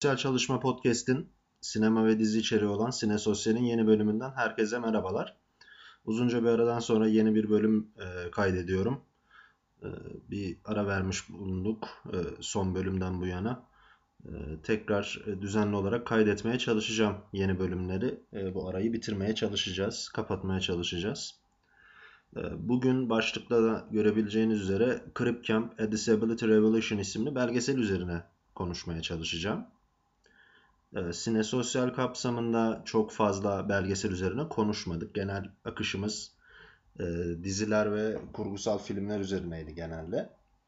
Sosyal Çalışma Podcast'in sinema ve dizi içeriği olan Sine Sosyal'in yeni bölümünden herkese merhabalar. Uzunca bir aradan sonra yeni bir bölüm kaydediyorum. E, Bir ara vermiş bulunduk son bölümden bu yana. Tekrar düzenli olarak kaydetmeye çalışacağım yeni bölümleri. Bu arayı bitirmeye çalışacağız, kapatmaya çalışacağız. Bugün başlıkta da görebileceğiniz üzere Crip Camp: A Disability Revolution isimli belgesel üzerine konuşmaya çalışacağım. Sine sosyal kapsamında çok fazla belgesel üzerine konuşmadık. Genel akışımız diziler ve kurgusal filmler üzerineydi genelde.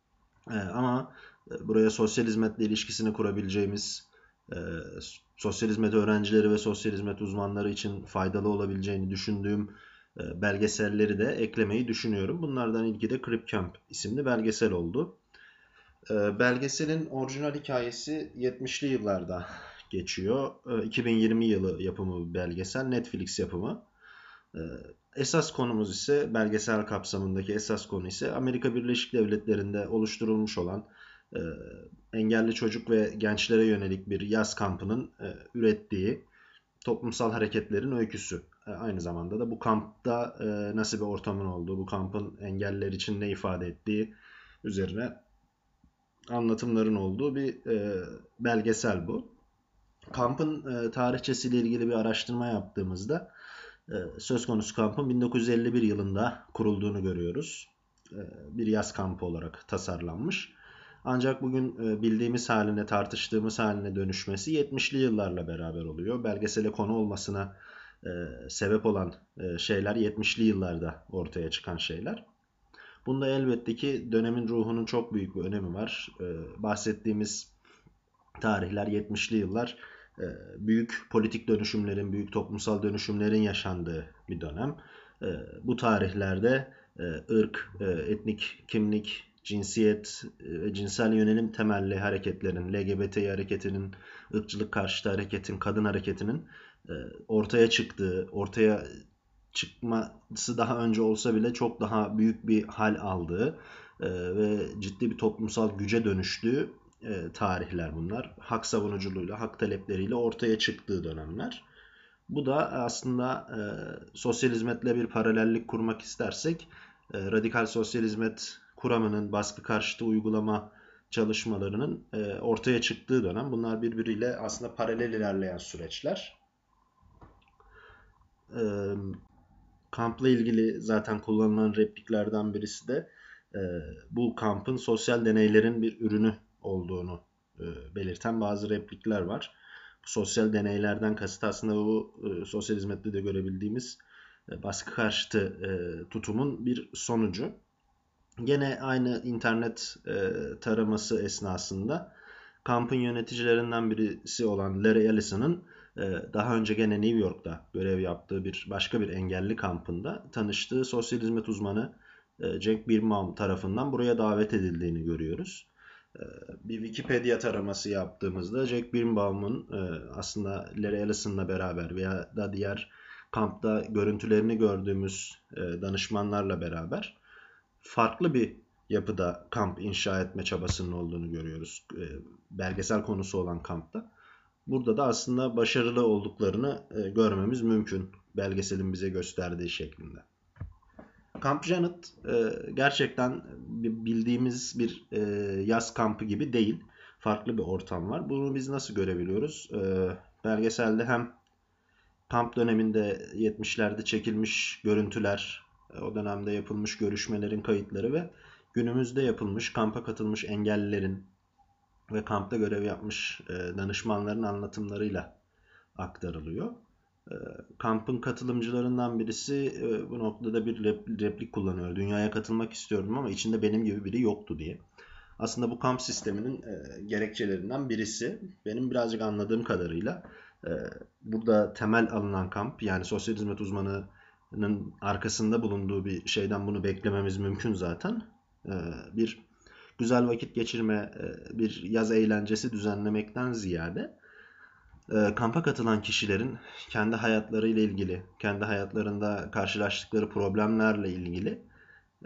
Ama buraya sosyal hizmetle ilişkisini kurabileceğimiz, e, sosyal hizmet öğrencileri ve sosyal hizmet uzmanları için faydalı olabileceğini düşündüğüm belgeselleri de eklemeyi düşünüyorum. Bunlardan ilki de Crip Camp isimli belgesel oldu. Belgeselin orijinal hikayesi 70'li yıllarda geçiyor. 2020 yılı yapımı bir belgesel, Netflix yapımı. Ee, Esas konumuz ise belgesel kapsamındaki esas konu ise Amerika Birleşik Devletleri'nde oluşturulmuş olan e, engelli çocuk ve gençlere yönelik bir yaz kampının ürettiği toplumsal hareketlerin öyküsü. Aynı zamanda da bu kampta nasıl bir ortamın olduğu, bu kampın engelliler için ne ifade ettiği üzerine anlatımların olduğu bir belgesel bu. Kampın tarihçesiyle ilgili bir araştırma yaptığımızda söz konusu kampın 1951 yılında kurulduğunu görüyoruz. Bir yaz kampı olarak tasarlanmış. Ancak bugün bildiğimiz haline, tartıştığımız haline dönüşmesi 70'li yıllarla beraber oluyor. Belgesele konu olmasına sebep olan şeyler 70'li yıllarda ortaya çıkan şeyler. Bunda elbette ki dönemin ruhunun çok büyük bir önemi var. Bahsettiğimiz tarihler 70'li yıllar, büyük politik dönüşümlerin, büyük toplumsal dönüşümlerin yaşandığı bir dönem. Bu tarihlerde ırk, etnik kimlik, cinsiyet, cinsel yönelim temelli hareketlerin, LGBT hareketinin, ırkçılık karşıtı hareketin, kadın hareketinin ortaya çıktığı, ortaya çıkması daha önce olsa bile çok daha büyük bir hal aldığı ve ciddi bir toplumsal güce dönüştüğü tarihler bunlar. Hak savunuculuğuyla, hak talepleriyle ortaya çıktığı dönemler. Bu da aslında sosyal hizmetle bir paralellik kurmak istersek radikal sosyal hizmet kuramının baskı karşıtı uygulama çalışmalarının ortaya çıktığı dönem. Bunlar birbiriyle aslında paralel ilerleyen süreçler. E, Kampla ilgili zaten kullanılan repliklerden birisi de e, bu kampın sosyal deneylerin bir ürünü olduğunu belirten bazı replikler var. Bu sosyal deneylerden kasıt aslında bu sosyal hizmette de görebildiğimiz baskı karşıtı tutumun bir sonucu. Gene aynı internet taraması esnasında kampın yöneticilerinden birisi olan Larry Ellison'ın daha önce gene New York'ta görev yaptığı bir başka bir engelli kampında tanıştığı sosyal hizmet uzmanı Jack Birnbaum tarafından buraya davet edildiğini görüyoruz. Bir Wikipedia taraması yaptığımızda Jack Birnbaum'un aslında Larry Ellison'la beraber veya da diğer kampta görüntülerini gördüğümüz danışmanlarla beraber farklı bir yapıda kamp inşa etme çabasının olduğunu görüyoruz. Belgesel konusu olan kampta. Burada da aslında başarılı olduklarını görmemiz mümkün. Belgeselin bize gösterdiği şeklinde. Camp Janet gerçekten bildiğimiz bir yaz kampı gibi değil. Farklı bir ortam var. Bunu biz nasıl görebiliyoruz? Belgeselde hem kamp döneminde 70'lerde çekilmiş görüntüler, o dönemde yapılmış görüşmelerin kayıtları ve günümüzde yapılmış kampa katılmış engellilerin ve kampta görev yapmış danışmanların anlatımlarıyla aktarılıyor. E, Kampın katılımcılarından birisi bu noktada bir replik kullanıyor. Dünyaya katılmak istiyordum ama içinde benim gibi biri yoktu diye. Aslında bu kamp sisteminin gerekçelerinden birisi. Benim birazcık anladığım kadarıyla e, burada temel alınan kamp, yani sosyal hizmet uzmanının arkasında bulunduğu bir şeyden bunu beklememiz mümkün zaten. Bir güzel vakit geçirme, bir yaz eğlencesi düzenlemekten ziyade kampa katılan kişilerin kendi hayatlarıyla ilgili, kendi hayatlarında karşılaştıkları problemlerle ilgili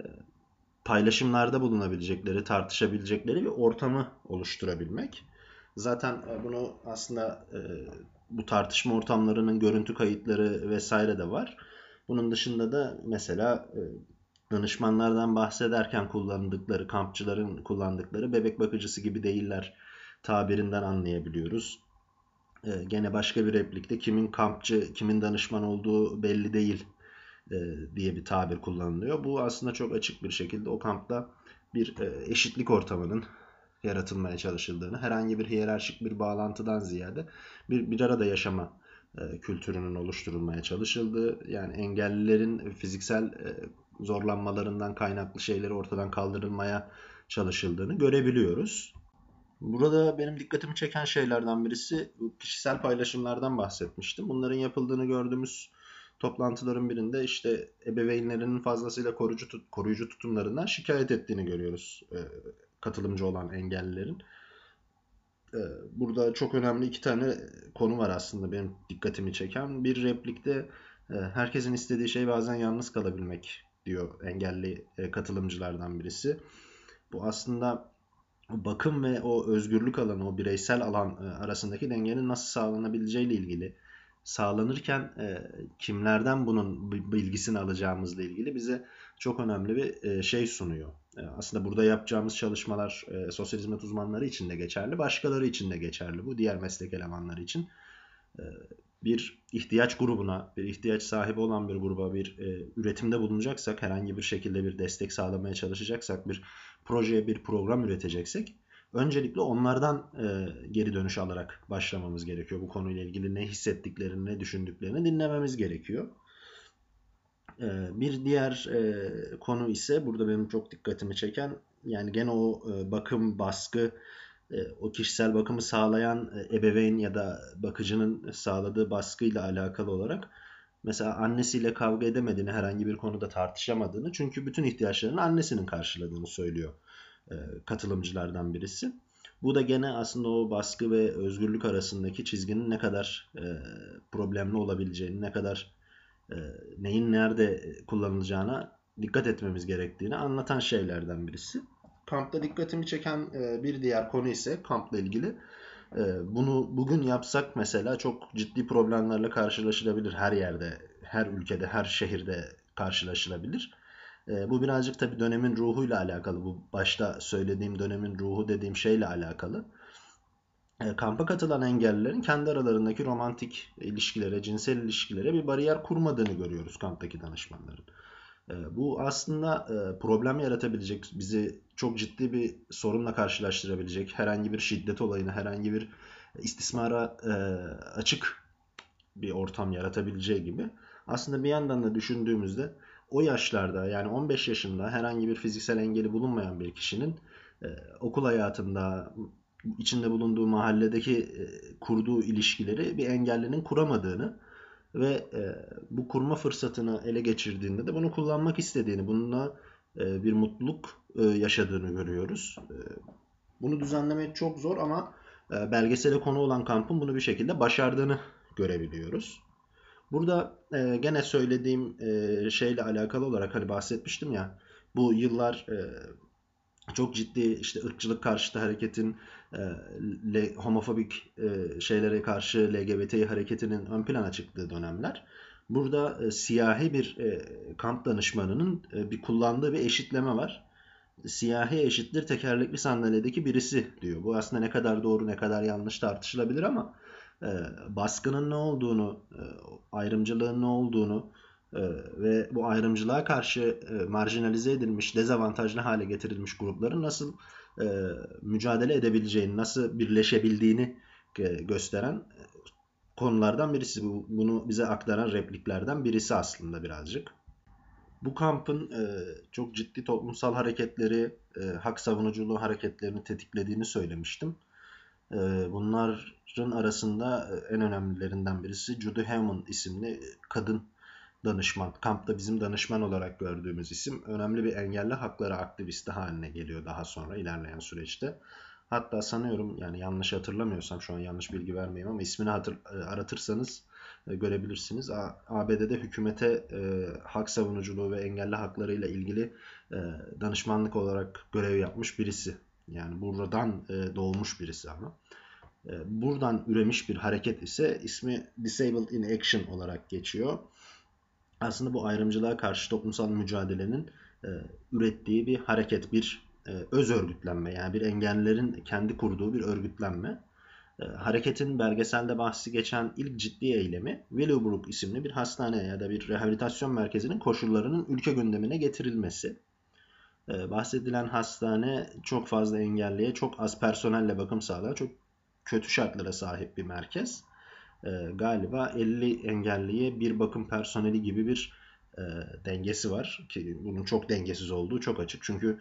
paylaşımlarda bulunabilecekleri, tartışabilecekleri bir ortamı oluşturabilmek. Zaten bunu aslında bu tartışma ortamlarının görüntü kayıtları vesaire de var. Bunun dışında da mesela danışmanlardan bahsederken kullandıkları, kampçıların kullandıkları bebek bakıcısı gibi değiller tabirinden anlayabiliyoruz. Gene başka bir replikte kimin kampçı, kimin danışman olduğu belli değil diye bir tabir kullanılıyor. Bu aslında çok açık bir şekilde o kampta bir eşitlik ortamının yaratılmaya çalışıldığını, herhangi bir hiyerarşik bir bağlantıdan ziyade bir arada yaşama kültürünün oluşturulmaya çalışıldığı, yani engellilerin fiziksel zorlanmalarından kaynaklı şeyleri ortadan kaldırılmaya çalışıldığını görebiliyoruz. Burada benim dikkatimi çeken şeylerden birisi kişisel paylaşımlardan bahsetmiştim. Bunların yapıldığını gördüğümüz toplantıların birinde işte ebeveynlerinin fazlasıyla koruyucu tutumlarından şikayet ettiğini görüyoruz katılımcı olan engellilerin. Burada çok önemli iki tane konu var aslında benim dikkatimi çeken. Bir replikte herkesin istediği şey bazen yalnız kalabilmek diyor engelli katılımcılardan birisi. Bu aslında bakım ve o özgürlük alanı, o bireysel alan arasındaki dengenin nasıl sağlanabileceğiyle ilgili, sağlanırken kimlerden bunun bilgisini alacağımızla ilgili bize çok önemli bir şey sunuyor. Aslında burada yapacağımız çalışmalar sosyal hizmet uzmanları için de geçerli, başkaları için de geçerli. Bu diğer meslek elemanları için e, bir ihtiyaç grubuna, bir ihtiyaç sahibi olan bir gruba bir üretimde bulunacaksak, herhangi bir şekilde bir destek sağlamaya çalışacaksak, bir projeye bir program üreteceksek, öncelikle onlardan geri dönüş alarak başlamamız gerekiyor. Bu konuyla ilgili ne hissettiklerini, ne düşündüklerini dinlememiz gerekiyor. Bir diğer konu ise burada benim çok dikkatimi çeken, yani gene o bakım, baskı, o kişisel bakımı sağlayan ebeveyn ya da bakıcının sağladığı baskıyla alakalı olarak mesela annesiyle kavga edemediğini, herhangi bir konuda tartışamadığını, çünkü bütün ihtiyaçlarını annesinin karşıladığını söylüyor katılımcılardan birisi. Bu da gene aslında o baskı ve özgürlük arasındaki çizginin ne kadar problemli olabileceğini, ne kadar e, neyin nerede kullanılacağına dikkat etmemiz gerektiğini anlatan şeylerden birisi. Kampta dikkatimi çeken bir diğer konu ise kampla ilgili. Bunu bugün yapsak mesela çok ciddi problemlerle karşılaşılabilir her yerde, her ülkede, her şehirde karşılaşılabilir. Bu birazcık tabii dönemin ruhuyla alakalı. Bu başta söylediğim dönemin ruhu dediğim şeyle alakalı. Kampa katılan engellilerin kendi aralarındaki romantik ilişkilere, cinsel ilişkilere bir bariyer kurmadığını görüyoruz kamptaki danışmanların. Bu aslında problem yaratabilecek, bizi çok ciddi bir sorunla karşılaştırabilecek, herhangi bir şiddet olayını, herhangi bir istismara açık bir ortam yaratabileceği gibi. Aslında bir yandan da düşündüğümüzde o yaşlarda, yani 15 yaşında herhangi bir fiziksel engeli bulunmayan bir kişinin okul hayatında, içinde bulunduğu mahalledeki kurduğu ilişkileri bir engellinin kuramadığını ve bu kurma fırsatını ele geçirdiğinde de bunu kullanmak istediğini, bununla bir mutluluk yaşadığını görüyoruz. Bunu düzenlemek çok zor ama belgesele konu olan kampın bunu bir şekilde başardığını görebiliyoruz. Burada gene söylediğim şeyle alakalı olarak hani bahsetmiştim ya, bu yıllar çok ciddi işte ırkçılık karşıtı hareketin, homofobik şeylere karşı LGBT hareketinin ön plana çıktığı dönemler. Burada siyahi bir kamp danışmanının bir kullandığı bir eşitleme var. Siyahi eşittir tekerlekli sandalyedeki birisi diyor. Bu aslında ne kadar doğru ne kadar yanlış tartışılabilir ama baskının ne olduğunu, ayrımcılığın ne olduğunu ve bu ayrımcılığa karşı marjinalize edilmiş, dezavantajlı hale getirilmiş grupların nasıl mücadele edebileceğini, nasıl birleşebildiğini gösteren konulardan birisi. Bunu bize aktaran repliklerden birisi aslında birazcık. Bu kampın çok ciddi toplumsal hareketleri, hak savunuculuğu hareketlerini tetiklediğini söylemiştim. Bunların arasında en önemlilerinden birisi Judy Heumann isimli kadın danışman. Kampta bizim danışman olarak gördüğümüz isim önemli bir engelli hakları aktivisti haline geliyor daha sonra ilerleyen süreçte. Hatta sanıyorum, yani yanlış hatırlamıyorsam, şu an yanlış bilgi vermeyeyim ama ismini aratırsanız görebilirsiniz. ABD'de hükümete hak savunuculuğu ve engelli haklarıyla ilgili danışmanlık olarak görev yapmış birisi. Yani buradan doğmuş birisi ama. Buradan üremiş bir hareket ise ismi Disabled in Action olarak geçiyor. Aslında bu ayrımcılığa karşı toplumsal mücadelenin ürettiği bir hareket, bir öz örgütlenme, yani bir engellilerin kendi kurduğu bir örgütlenme. Hareketin belgeselde bahsi geçen ilk ciddi eylemi Willowbrook isimli bir hastane ya da bir rehabilitasyon merkezinin koşullarının ülke gündemine getirilmesi. Bahsedilen hastane çok fazla engelliye çok az personelle bakım sağlayan çok kötü şartlara sahip bir merkez. Galiba 50 engelliye bir bakım personeli gibi bir dengesi var ki bunun çok dengesiz olduğu çok açık. Çünkü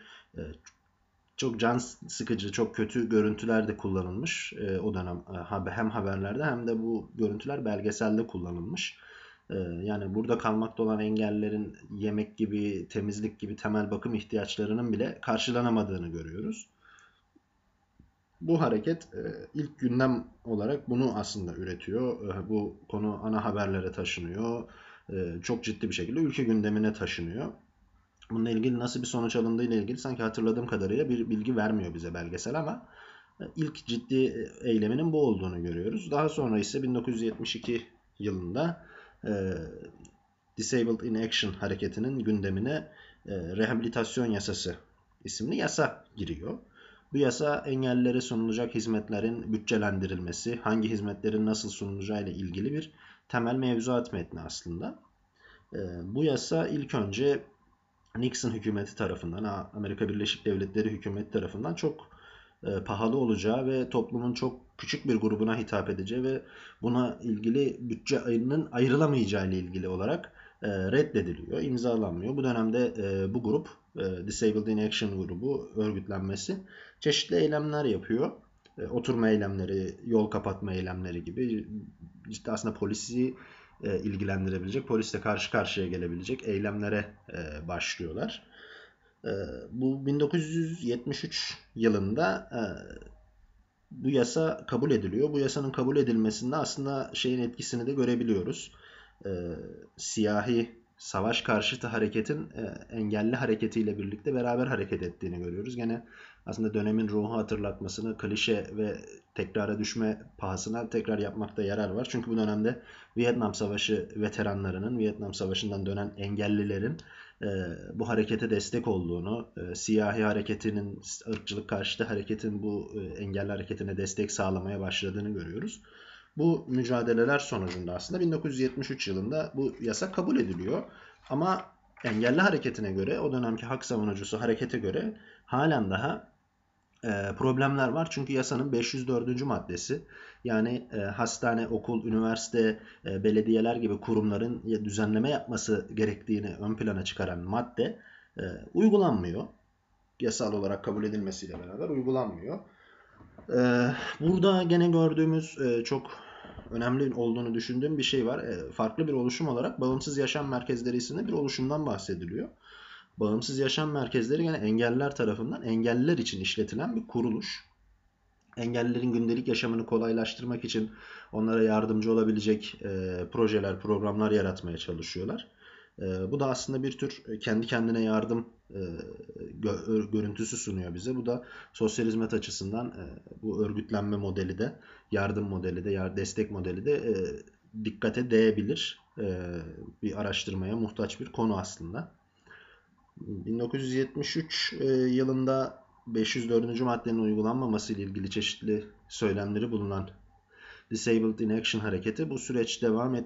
çok can sıkıcı, çok kötü görüntüler de kullanılmış o dönem hem haberlerde hem de bu görüntüler belgeselde kullanılmış. Yani burada kalmakta olan engellilerin yemek gibi, temizlik gibi temel bakım ihtiyaçlarının bile karşılanamadığını görüyoruz. Bu hareket ilk gündem olarak bunu aslında üretiyor. Bu konu ana haberlere taşınıyor. Çok ciddi bir şekilde ülke gündemine taşınıyor. Bununla ilgili nasıl bir sonuç alındığı ile ilgili sanki hatırladığım kadarıyla bir bilgi vermiyor bize belgesel ama ilk ciddi eyleminin bu olduğunu görüyoruz. Daha sonra ise 1972 yılında Disabled in Action hareketinin gündemine rehabilitasyon yasası isimli yasa giriyor. Bu yasa engellilere sunulacak hizmetlerin bütçelendirilmesi, hangi hizmetlerin nasıl sunulacağı ile ilgili bir temel mevzuat metni aslında. Bu yasa ilk önce Nixon hükümeti tarafından, Amerika Birleşik Devletleri hükümeti tarafından çok pahalı olacağı ve toplumun çok küçük bir grubuna hitap edeceği ve buna ilgili bütçe ayının ayrılamayacağı ile ilgili olarak reddediliyor, imzalanmıyor. Bu dönemde bu grup, Disabled in Action grubu örgütlenmesi çeşitli eylemler yapıyor. Oturma eylemleri, yol kapatma eylemleri gibi işte aslında polisi ilgilendirebilecek, polisle karşı karşıya gelebilecek eylemlere başlıyorlar. Bu 1973 yılında bu yasa kabul ediliyor. Bu yasanın kabul edilmesinde aslında şeyin etkisini de görebiliyoruz. Siyahi savaş karşıtı hareketin engelli hareketiyle birlikte beraber hareket ettiğini görüyoruz. Gene aslında dönemin ruhu hatırlatmasını, klişe ve tekrara düşme pahasına tekrar yapmakta yarar var. Çünkü bu dönemde Vietnam Savaşı veteranlarının, Vietnam Savaşı'ndan dönen engellilerin bu harekete destek olduğunu, siyahi hareketinin, ırkçılık karşıtı hareketin bu engelli hareketine destek sağlamaya başladığını görüyoruz. Bu mücadeleler sonucunda aslında 1973 yılında bu yasa kabul ediliyor. Ama engelli hareketine göre, o dönemki hak savunucusu harekete göre halen daha problemler var. Çünkü yasanın 504. maddesi, yani hastane, okul, üniversite, belediyeler gibi kurumların düzenleme yapması gerektiğini ön plana çıkaran madde uygulanmıyor. Yasal olarak kabul edilmesiyle beraber uygulanmıyor. Burada gene gördüğümüz çok önemli olduğunu düşündüğüm bir şey var. Farklı bir oluşum olarak Bağımsız Yaşam Merkezleri isimli bir oluşumdan bahsediliyor. Bağımsız Yaşam Merkezleri gene engelliler tarafından engelliler için işletilen bir kuruluş. Engellilerin gündelik yaşamını kolaylaştırmak için onlara yardımcı olabilecek projeler, programlar yaratmaya çalışıyorlar. Bu da aslında bir tür kendi kendine yardım görüntüsü sunuyor bize. Bu da sosyal hizmet açısından bu örgütlenme modeli de, yardım modeli de, destek modeli de dikkate değebilir. Bir araştırmaya muhtaç bir konu aslında. 1973 yılında 504. maddenin uygulanmaması ile ilgili çeşitli söylemleri bulunan Disabled in Action hareketi bu sürecin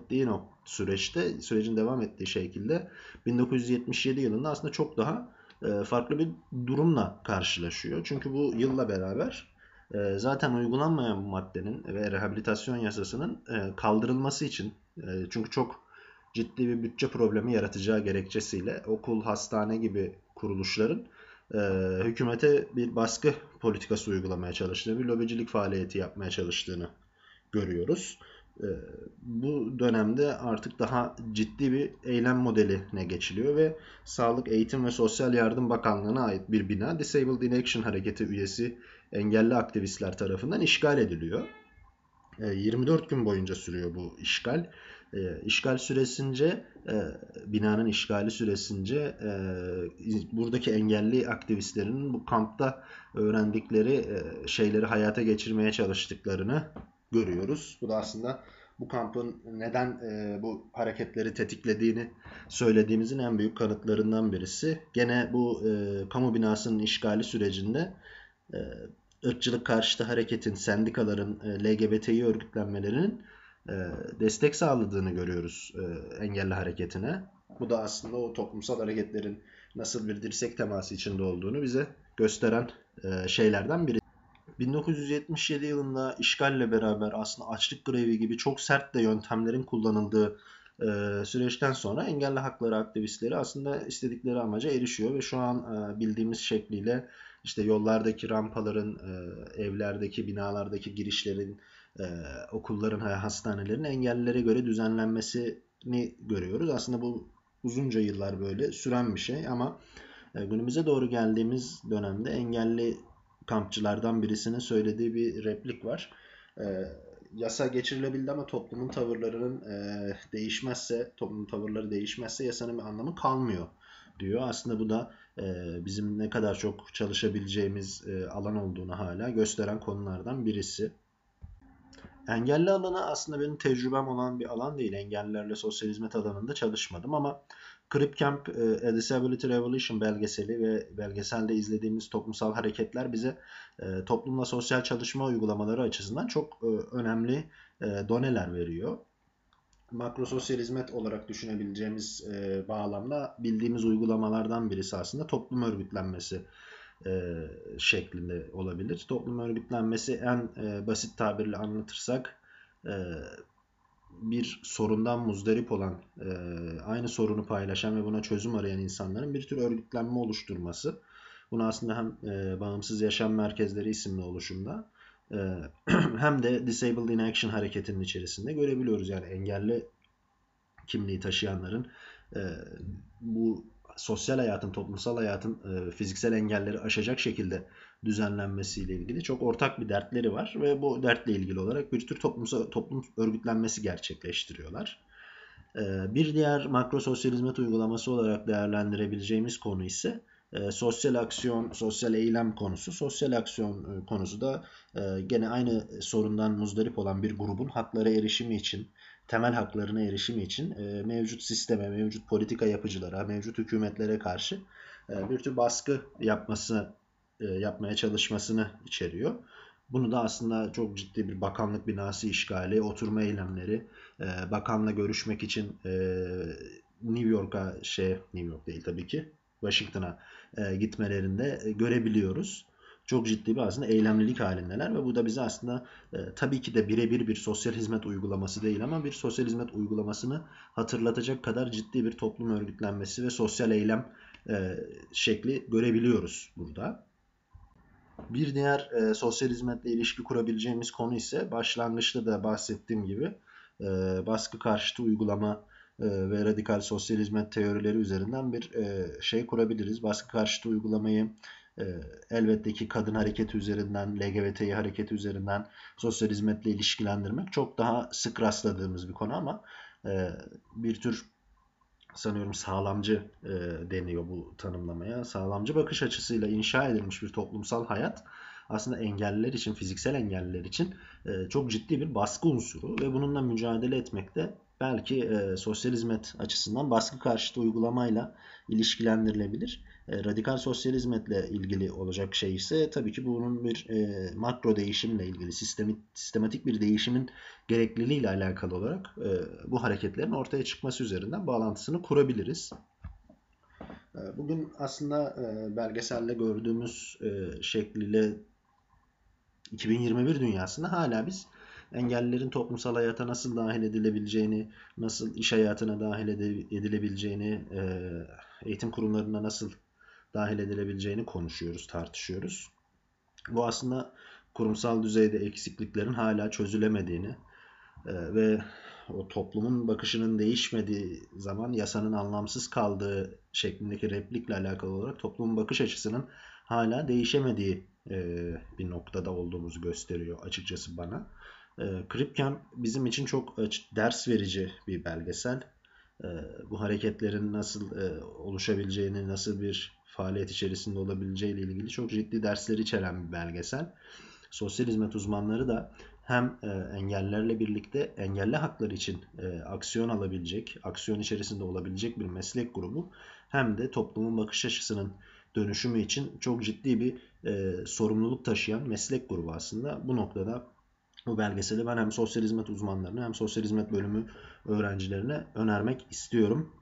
devam ettiği şekilde 1977 yılında aslında çok daha farklı bir durumla karşılaşıyor. Çünkü bu yılla beraber zaten uygulanmayan bu maddenin ve rehabilitasyon yasasının kaldırılması için, çünkü çok ciddi bir bütçe problemi yaratacağı gerekçesiyle okul, hastane gibi kuruluşların hükümete bir baskı politikası uygulamaya çalıştığını, bir lobicilik faaliyeti yapmaya çalıştığını görüyoruz. Bu dönemde artık daha ciddi bir eylem modeline geçiliyor ve Sağlık, Eğitim ve Sosyal Yardım Bakanlığı'na ait bir bina Disabled in Action hareketi üyesi engelli aktivistler tarafından işgal ediliyor. 24 gün boyunca sürüyor bu işgal. İşgal süresince, binanın işgali süresince buradaki engelli aktivistlerin bu kampta öğrendikleri şeyleri hayata geçirmeye çalıştıklarını görüyoruz. Bu da aslında bu kampın neden bu hareketleri tetiklediğini söylediğimizin en büyük kanıtlarından birisi. Gene bu kamu binasının işgali sürecinde e, ırkçılık karşıtı hareketin, sendikaların, LGBTİ örgütlenmelerinin destek sağladığını görüyoruz engelli hareketine. Bu da aslında o toplumsal hareketlerin nasıl bir dirsek teması içinde olduğunu bize gösteren şeylerden biri. 1977 yılında işgalle beraber aslında açlık grevi gibi çok sert de yöntemlerin kullanıldığı süreçten sonra engelli hakları aktivistleri aslında istedikleri amaca erişiyor ve şu an bildiğimiz şekliyle işte yollardaki rampaların, evlerdeki, binalardaki girişlerin, okulların, hastanelerin engellilere göre düzenlenmesini görüyoruz. Aslında bu uzunca yıllar böyle süren bir şey ama günümüze doğru geldiğimiz dönemde engelli kampçılardan birisinin söylediği bir replik var. Yasa geçirilebildi ama toplumun tavırları değişmezse yasanın bir anlamı kalmıyor diyor. Aslında bu da bizim ne kadar çok çalışabileceğimiz alan olduğunu hala gösteren konulardan birisi. Engelli alanı aslında benim tecrübem olan bir alan değil. Engellilerle sosyal hizmet alanında çalışmadım ama Crip Camp, A Disability Revolution belgeseli ve belgeselde izlediğimiz toplumsal hareketler bize toplumla sosyal çalışma uygulamaları açısından çok önemli doneler veriyor. Makro sosyal hizmet olarak düşünebileceğimiz bağlamda bildiğimiz uygulamalardan birisi aslında toplum örgütlenmesi şeklinde olabilir. Toplum örgütlenmesi en basit tabirle anlatırsak bir sorundan muzdarip olan, aynı sorunu paylaşan ve buna çözüm arayan insanların bir tür örgütlenme oluşturması. Bunu aslında hem Bağımsız Yaşam Merkezleri isimli oluşumda hem de Disabled in Action hareketinin içerisinde görebiliyoruz. Yani engelli kimliği taşıyanların bu sosyal hayatın, toplumsal hayatın fiziksel engelleri aşacak şekilde düzenlenmesiyle ilgili çok ortak bir dertleri var ve bu dertle ilgili olarak bir tür toplum örgütlenmesi gerçekleştiriyorlar. Bir diğer makro sosyal hizmet uygulaması olarak değerlendirebileceğimiz konu ise sosyal aksiyon, sosyal eylem konusu. Sosyal aksiyon konusu da gene aynı sorundan muzdarip olan bir grubun haklara erişimi için, temel haklarına erişimi için mevcut sisteme, mevcut politika yapıcılara, mevcut hükümetlere karşı bir tür baskı yapmaya çalışmasını içeriyor. Bunu da aslında çok ciddi bir bakanlık binası işgali, oturma eylemleri, bakanla görüşmek için New York değil tabii ki, Washington'a gitmelerinde görebiliyoruz. Çok ciddi bir aslında eylemlilik halindeler ve bu da bize aslında tabii ki de birebir bir sosyal hizmet uygulaması değil ama bir sosyal hizmet uygulamasını hatırlatacak kadar ciddi bir toplum örgütlenmesi ve sosyal eylem şekli görebiliyoruz burada. Bir diğer sosyal hizmetle ilişki kurabileceğimiz konu ise başlangıçta da bahsettiğim gibi baskı karşıtı uygulama ve radikal sosyal hizmet teorileri üzerinden bir şey kurabiliriz. Baskı karşıtı uygulamayı e, elbette ki kadın hareketi üzerinden, LGBTİ hareketi üzerinden sosyal hizmetle ilişkilendirmek çok daha sık rastladığımız bir konu ama bir tür sanıyorum sağlamcı deniyor bu tanımlamaya. Sağlamcı bakış açısıyla inşa edilmiş bir toplumsal hayat aslında engelliler için, fiziksel engelliler için çok ciddi bir baskı unsuru ve bununla mücadele etmek de belki sosyal hizmet açısından baskı karşıtı uygulamayla ilişkilendirilebilir. Radikal sosyal hizmetle ilgili olacak şey ise tabii ki bunun bir makro değişimle ilgili, sistematik bir değişimin gerekliliğiyle alakalı olarak bu hareketlerin ortaya çıkması üzerinden bağlantısını kurabiliriz. Bugün aslında belgeselde gördüğümüz şekliyle 2021 dünyasında hala biz engellilerin toplumsal hayata nasıl dahil edilebileceğini, nasıl iş hayatına dahil edilebileceğini, eğitim kurumlarına nasıl dahil edilebileceğini konuşuyoruz, tartışıyoruz. Bu aslında kurumsal düzeyde eksikliklerin hala çözülemediğini ve o toplumun bakışının değişmediği zaman yasanın anlamsız kaldığı şeklindeki replikle alakalı olarak toplumun bakış açısının hala değişemediği bir noktada olduğumuzu gösteriyor açıkçası bana. Kripken bizim için çok ders verici bir belgesel. Bu hareketlerin nasıl oluşabileceğini, nasıl bir faaliyet içerisinde olabileceği ile ilgili çok ciddi dersleri içeren bir belgesel. Sosyal hizmet uzmanları da hem engellerle birlikte engelli hakları için aksiyon alabilecek, aksiyon içerisinde olabilecek bir meslek grubu, hem de toplumun bakış açısının dönüşümü için çok ciddi bir sorumluluk taşıyan meslek grubu aslında. Bu noktada bu belgeseli ben hem sosyal hizmet uzmanlarına hem sosyal hizmet bölümü öğrencilerine önermek istiyorum.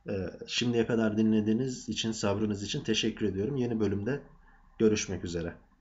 Şimdiye kadar dinlediğiniz için, sabrınız için teşekkür ediyorum. Yeni bölümde görüşmek üzere.